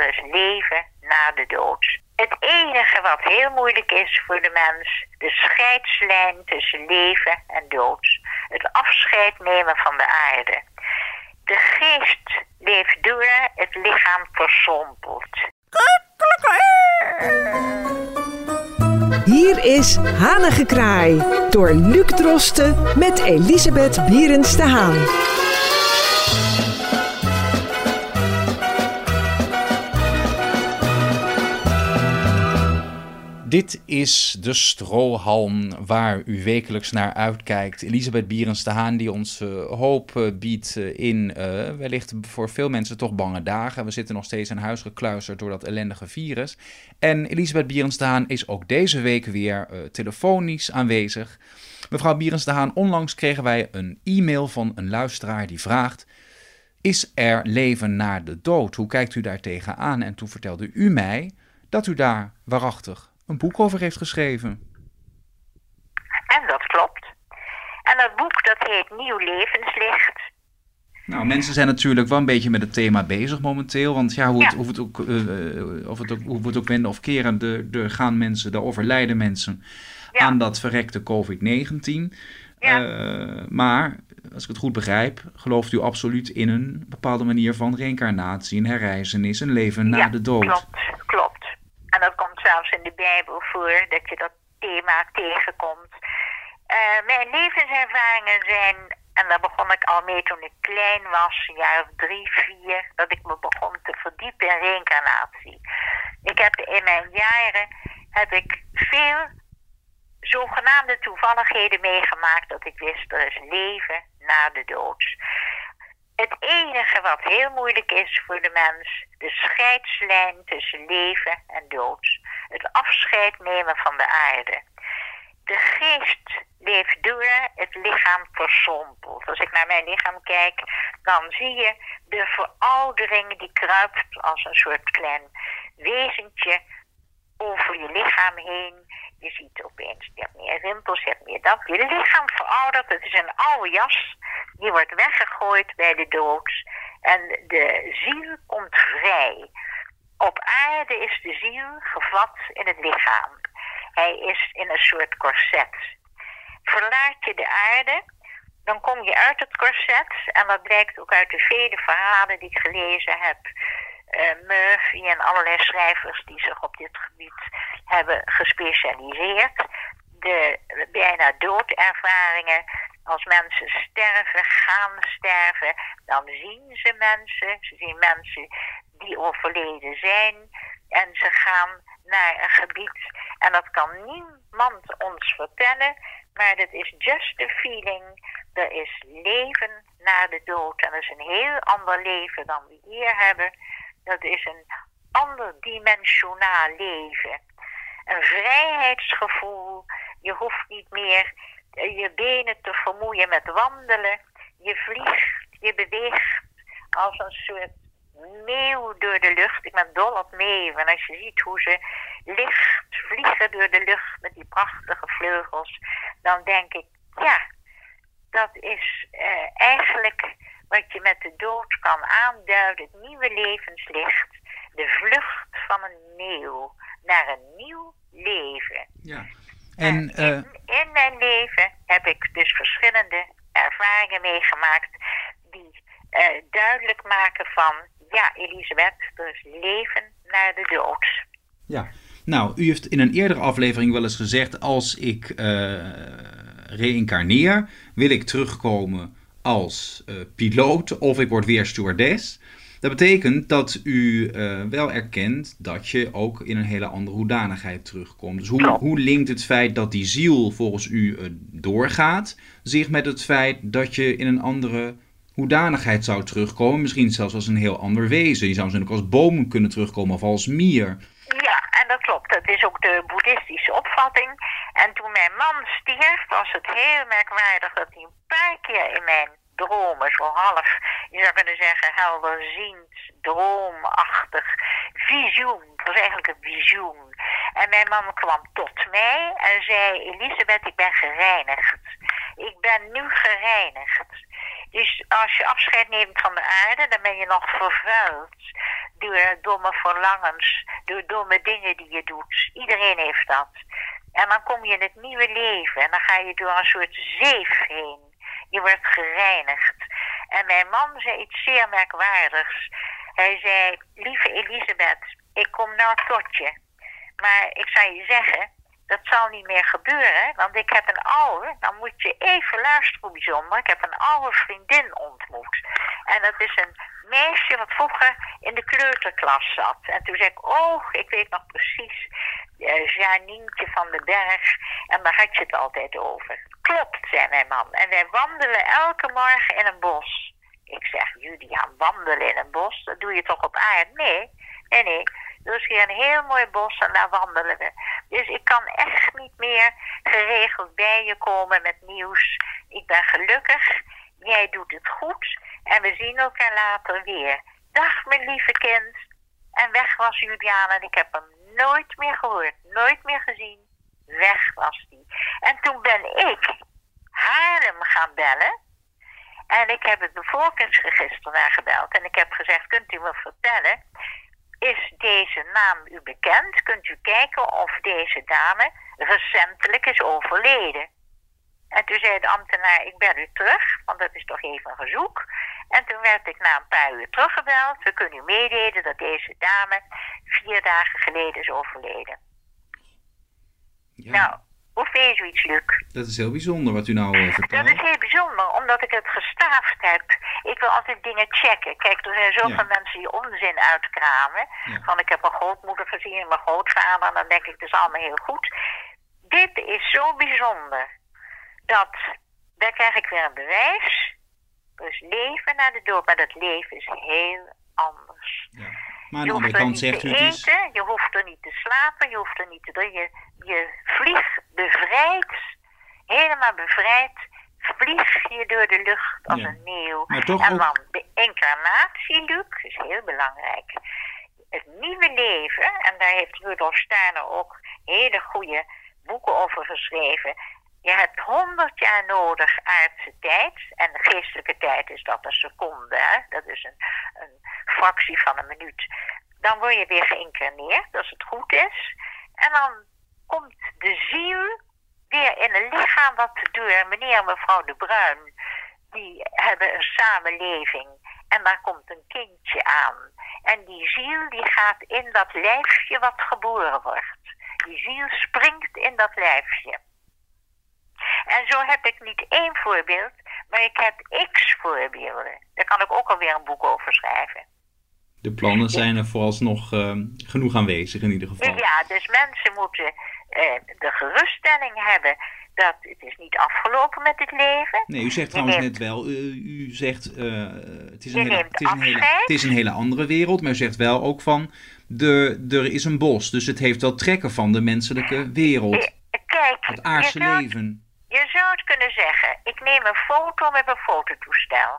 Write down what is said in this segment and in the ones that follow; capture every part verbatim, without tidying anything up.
er is leven na de dood. Het enige wat heel moeilijk is voor de mens, de scheidslijn tussen leven en dood. Het afscheid nemen van de aarde. De geest leeft door, het lichaam versompelt. Hier is Hanengekraai door Luc Drosten met Elisabeth Bierens de Haan. Dit is de strohalm waar u wekelijks naar uitkijkt. Elisabeth Bierens de Haan die ons uh, hoop uh, biedt uh, in uh, wellicht voor veel mensen toch bange dagen. We zitten nog steeds in huis gekluisterd door dat ellendige virus. En Elisabeth Bierens de Haan is ook deze week weer uh, telefonisch aanwezig. Mevrouw Bierens de Haan, onlangs kregen wij een e-mail van een luisteraar die vraagt: is er leven na de dood? Hoe kijkt u daar tegenaan? En toen vertelde u mij dat u daar waarachtig een boek over heeft geschreven. En dat klopt. En dat boek dat heet Nieuw Levenslicht. Nou, mensen zijn natuurlijk wel een beetje met het thema bezig momenteel. Want ja, hoe het, ja. Hoe het ook, uh, of het ook, hoe het ook wenden of keren, er, er gaan mensen, er overlijden mensen ja. aan dat verrekte covid negentien. Ja. Uh, maar, als ik het goed begrijp, gelooft u absoluut in een bepaalde manier van reïncarnatie, een herrijzenis, een leven na ja, de dood. Klopt, klopt. En dat komt zelfs in de Bijbel voor, dat je dat thema tegenkomt. Uh, mijn levenservaringen zijn, en daar begon ik al mee toen ik klein was, een jaar of drie, vier, dat ik me begon te verdiepen in reïncarnatie. Ik heb in mijn jaren, heb ik veel zogenaamde toevalligheden meegemaakt dat ik wist, er is leven na de dood. Het enige wat heel moeilijk is voor de mens, de scheidslijn tussen leven en dood. Het afscheid nemen van de aarde. De geest leeft door, het lichaam versompelt. Als ik naar mijn lichaam kijk, dan zie je de veroudering die kruipt als een soort klein wezentje over je lichaam heen. Je ziet opeens, je hebt meer rimpels, je hebt meer dat. Je lichaam veroudert, het is een oude jas. Die wordt weggegooid bij de dood. En de ziel komt vrij. Op aarde is de ziel gevat in het lichaam. Hij is in een soort corset. Verlaat je de aarde, dan kom je uit het corset. En dat blijkt ook uit de vele verhalen die ik gelezen heb. Uh, Murphy en allerlei schrijvers die zich op dit gebied hebben gespecialiseerd. De bijna doodervaringen. Als mensen sterven, gaan sterven, dan zien ze mensen. Ze zien mensen die overleden zijn. En ze gaan naar een gebied. En dat kan niemand ons vertellen. Maar dat is just a feeling. Er is leven na de dood. En dat is een heel ander leven dan we hier hebben. Dat is een ander dimensionaal leven. Een vrijheidsgevoel. Je hoeft niet meer je benen te vermoeien met wandelen. Je vliegt, je beweegt als een soort meeuw door de lucht. Ik ben dol op meeuwen. En als je ziet hoe ze licht vliegen door de lucht met die prachtige vleugels, dan denk ik, ja, dat is uh, eigenlijk wat je met de dood kan aanduiden. Het nieuwe levenslicht. De vlucht van een meeuw naar een nieuw leven. Ja. En, uh... in, in mijn leven heb ik dus verschillende ervaringen meegemaakt die uh, duidelijk maken van, ja, Elisabeth, er is leven na de dood. Ja, nou, u heeft in een eerdere aflevering wel eens gezegd, als ik uh, reïncarneer, wil ik terugkomen als uh, piloot of ik word weer stewardess. Dat betekent dat u uh, wel erkent dat je ook in een hele andere hoedanigheid terugkomt. Dus hoe, hoe linkt het feit dat die ziel volgens u uh, doorgaat zich met het feit dat je in een andere hoedanigheid zou terugkomen? Misschien zelfs als een heel ander wezen. Je zou natuurlijk als boom kunnen terugkomen of als mier. Ja, en dat klopt. Dat is ook de boeddhistische opvatting. En toen mijn man stierf, was het heel merkwaardig dat hij een paar keer in mijn dromen, zo half, je zou kunnen zeggen, helderziend, droomachtig, visioen. Het was eigenlijk een visioen. En mijn man kwam tot mij en zei, Elisabeth, ik ben gereinigd. Ik ben nu gereinigd. Dus als je afscheid neemt van de aarde, dan ben je nog vervuild door domme verlangens, door domme dingen die je doet. Iedereen heeft dat. En dan kom je in het nieuwe leven en dan ga je door een soort zeef heen. Je wordt gereinigd. En mijn man zei iets zeer merkwaardigs. Hij zei, lieve Elisabeth, ik kom nou tot je. Maar ik zou je zeggen, dat zal niet meer gebeuren. Want ik heb een oude, dan moet je even luisteren hoe bijzonder. Ik heb een oude vriendin ontmoet. En dat is een meisje wat vroeger in de kleuterklas zat. En toen zei ik, oh, ik weet nog precies, uh, Janientje van den Berg. En daar had je het altijd over. Klopt, zei mijn man. En wij wandelen elke morgen in een bos. Ik zeg, jullie gaan wandelen in een bos? Dat doe je toch op aarde? Nee, nee, nee. Er is hier een heel mooi bos en daar wandelen we. Dus ik kan echt niet meer geregeld bij je komen met nieuws. Ik ben gelukkig. Jij doet het goed. En we zien elkaar later weer. Dag, mijn lieve kind. En weg was Julian en ik heb hem nooit meer gehoord. Nooit meer gezien. Weg was die. En toen ben ik Haarlem gaan bellen. En ik heb het bevolkingsregister naar gebeld. En ik heb gezegd, kunt u me vertellen, is deze naam u bekend? Kunt u kijken of deze dame recentelijk is overleden? En toen zei de ambtenaar, ik bel u terug, want dat is toch even een gezoek. En toen werd ik na een paar uur teruggebeld. We kunnen u meedelen dat deze dame vier dagen geleden is overleden. Ja. Nou, hoe vind je zoiets, Luc? Dat is heel bijzonder wat u nou uh, vertelt. Dat is heel bijzonder, omdat ik het gestaafd heb. Ik wil altijd dingen checken. Kijk, er zijn zoveel ja. mensen die onzin uitkramen. Ja. Van ik heb mijn grootmoeder gezien en mijn grootvader. En dan denk ik, het is allemaal heel goed. Dit is zo bijzonder. Dat, daar krijg ik weer een bewijs. Dus leven na de dood. Maar dat leven is heel anders. Ja. Maar aan de andere kant zegt u het is... eten, je hoeft er niet te slapen, je hoeft er niet te doen. Je, je vliegt bevrijd, helemaal bevrijd, vlieg je door de lucht als ja. een meeuw. En ook... dan de incarnatie, Luc, is heel belangrijk. Het nieuwe leven, en daar heeft Rudolf Steiner ook hele goede boeken over geschreven. Je hebt honderd jaar nodig aardse tijd. En de geestelijke tijd is dat een seconde. Hè? Dat is een, een fractie van een minuut. Dan word je weer geïncarneerd, als het goed is. En dan komt de ziel weer in een lichaam wat door meneer en mevrouw De Bruin. Die hebben een samenleving. En daar komt een kindje aan. En die ziel die gaat in dat lijfje wat geboren wordt. Die ziel springt in dat lijfje. En zo heb ik niet één voorbeeld, maar ik heb x voorbeelden. Daar kan ik ook alweer een boek over schrijven. De plannen zijn er vooralsnog uh, genoeg aanwezig in ieder geval. Ja, dus mensen moeten uh, de geruststelling hebben dat het is niet afgelopen met het leven. Nee, u zegt trouwens neemt, net wel, uh, u zegt uh, het, is een hele, het, is een hele, het is een hele andere wereld, maar u zegt wel ook van, de, er is een bos, dus het heeft wel trekken van de menselijke wereld. Kijk, het aardse je zou, leven. Je zou het kunnen zeggen, ik neem een foto met een fototoestel.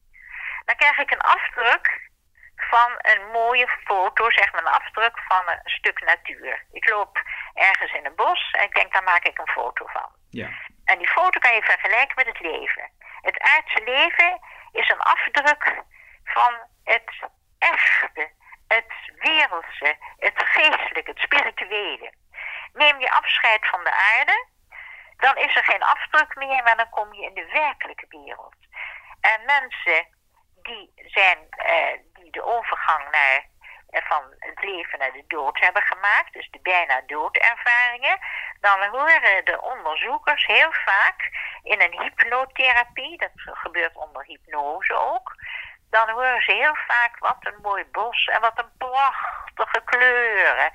Dan krijg ik een afdruk van een mooie foto, zeg maar een afdruk van een stuk natuur. Ik loop ergens in een bos en ik denk, daar maak ik een foto van. Ja. En die foto kan je vergelijken met het leven. Het aardse leven is een afdruk van het echte, het wereldse, het geestelijke, het spirituele. Neem je afscheid van de aarde, dan is er geen afdruk meer, maar dan kom je in de werkelijke wereld. En mensen die zijn, uh, die de overgang naar, uh, van het leven naar de dood hebben gemaakt, dus de bijna doodervaringen, dan horen de onderzoekers heel vaak in een hypnotherapie, dat gebeurt onder hypnose ook, dan horen ze heel vaak wat een mooi bos en wat een prachtige kleuren.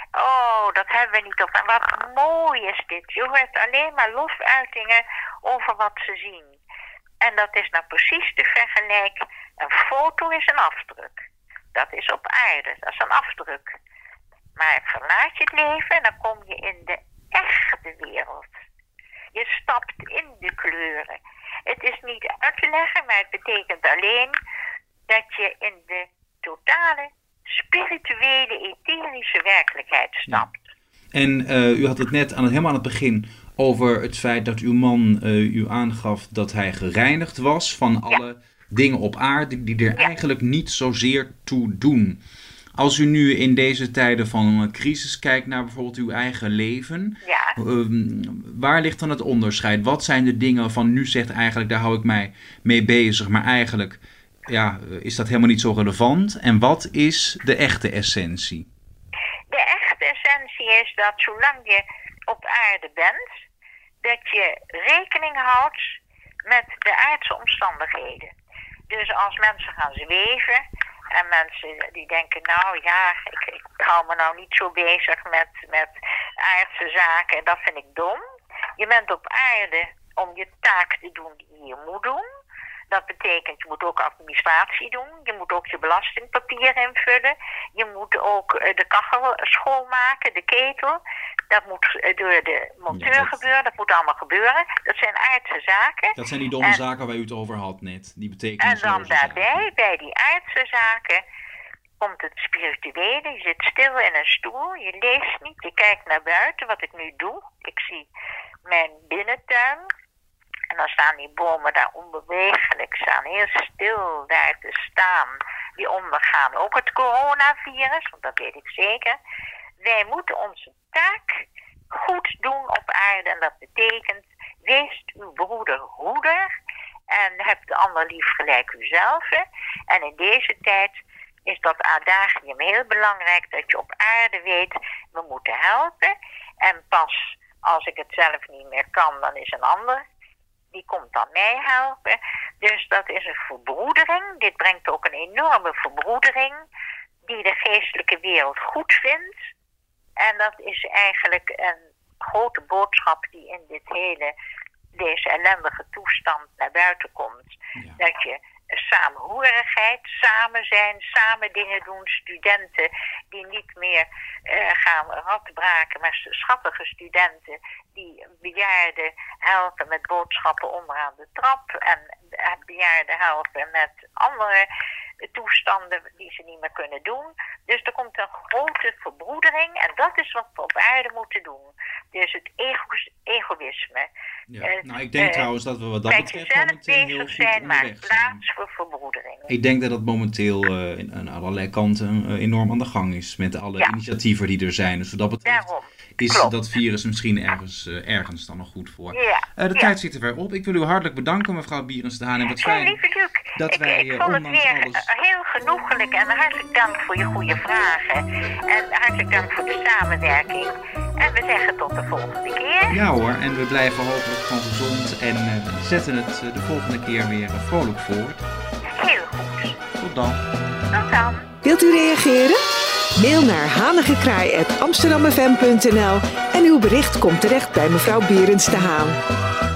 Oh, dat hebben we niet op. En wat mooi is dit. Je hoort alleen maar lofuitingen over wat ze zien. En dat is nou precies te vergelijken. Een foto is een afdruk. Dat is op aarde. Dat is een afdruk. Maar verlaat je het leven en dan kom je in de echte wereld. Je stapt in de kleuren. Het is niet uit te leggen, maar het betekent alleen dat je in de totale spirituele, etherische werkelijkheid stapt. Ja. En uh, u had het net aan het, helemaal aan het begin over het feit dat uw man uh, u aangaf dat hij gereinigd was van alle ja. dingen op aarde die er ja. eigenlijk niet zozeer toe doen. Als u nu in deze tijden van crisis kijkt naar bijvoorbeeld uw eigen leven, Ja. Um, waar ligt dan het onderscheid? Wat zijn de dingen van nu zegt eigenlijk, daar hou ik mij mee bezig, maar eigenlijk ja, is dat helemaal niet zo relevant? En wat is de echte essentie? De echte essentie is dat zolang je op aarde bent, dat je rekening houdt met de aardse omstandigheden. Dus als mensen gaan zweven en mensen die denken, nou ja, ik, ik hou me nou niet zo bezig met, met aardse zaken, dat vind ik dom. Je bent op aarde om je taak te doen die je moet doen. Dat betekent, je moet ook administratie doen. Je moet ook je belastingpapier invullen. Je moet ook de kachel schoonmaken, de ketel. Dat moet door de monteur ja, dat... gebeuren. Dat moet allemaal gebeuren. Dat zijn aardse zaken. Dat zijn die domme en... zaken waar u het over had net. Die betekenen En dan daarbij, zaken. bij die aardse zaken, komt het spirituele. Je zit stil in een stoel. Je leest niet. Je kijkt naar buiten, wat ik nu doe. Ik zie mijn binnentuin. En dan staan die bomen daar onbewegelijk, staan heel stil daar te staan. Die ondergaan ook het coronavirus, want dat weet ik zeker. Wij moeten onze taak goed doen op aarde. En dat betekent, wees uw broeder hoeder. En heb de ander lief gelijk uzelf. En in deze tijd is dat adagium heel belangrijk. Dat je op aarde weet, we moeten helpen. En pas als ik het zelf niet meer kan, dan is een ander. Die komt dan mij helpen. Dus dat is een verbroedering. Dit brengt ook een enorme verbroedering die de geestelijke wereld goed vindt. En dat is eigenlijk een grote boodschap die in dit hele, deze ellendige toestand naar buiten komt. Ja. Dat je samenhorigheid, samen zijn, samen dingen doen. Studenten die niet meer uh, gaan radbraken, maar schattige studenten die bejaarden helpen met boodschappen onderaan de trap en bejaarden helpen met andere toestanden die ze niet meer kunnen doen. Dus er komt een grote verbroedering en dat is wat we op aarde moeten doen. Dus het ego- egoïsme. Ja. Uh, nou, ik denk uh, trouwens dat we wat dat betreft momenteel heel goed zijn, maar plaats voor verbroedering. Ik denk dat dat momenteel uh, in, aan allerlei kanten uh, enorm aan de gang is met alle ja. initiatieven die er zijn. Dus wat dat betreft Daarom. is Klopt. dat virus misschien ergens, uh, ergens dan nog goed voor. Ja. Uh, de ja. tijd zit er weer op. Ik wil u hartelijk bedanken, mevrouw Bierens de Haan. En wat fijn ja, lieve Luc, dat ik, wij ik uh, vond het ondanks weer alles... heel genoegelijk en hartelijk dank voor je goede vragen. En hartelijk dank voor de samenwerking. En we zeggen tot de volgende keer. Ja hoor, en we blijven hopelijk gewoon gezond en uh, zetten het uh, de volgende keer weer uh, vrolijk voort. Heel goed. Tot dan. Tot dan. Wilt u reageren? Mail naar hanigekraai apenstaartje amsterdam f m punt n l en uw bericht komt terecht bij mevrouw Bierens de Haan.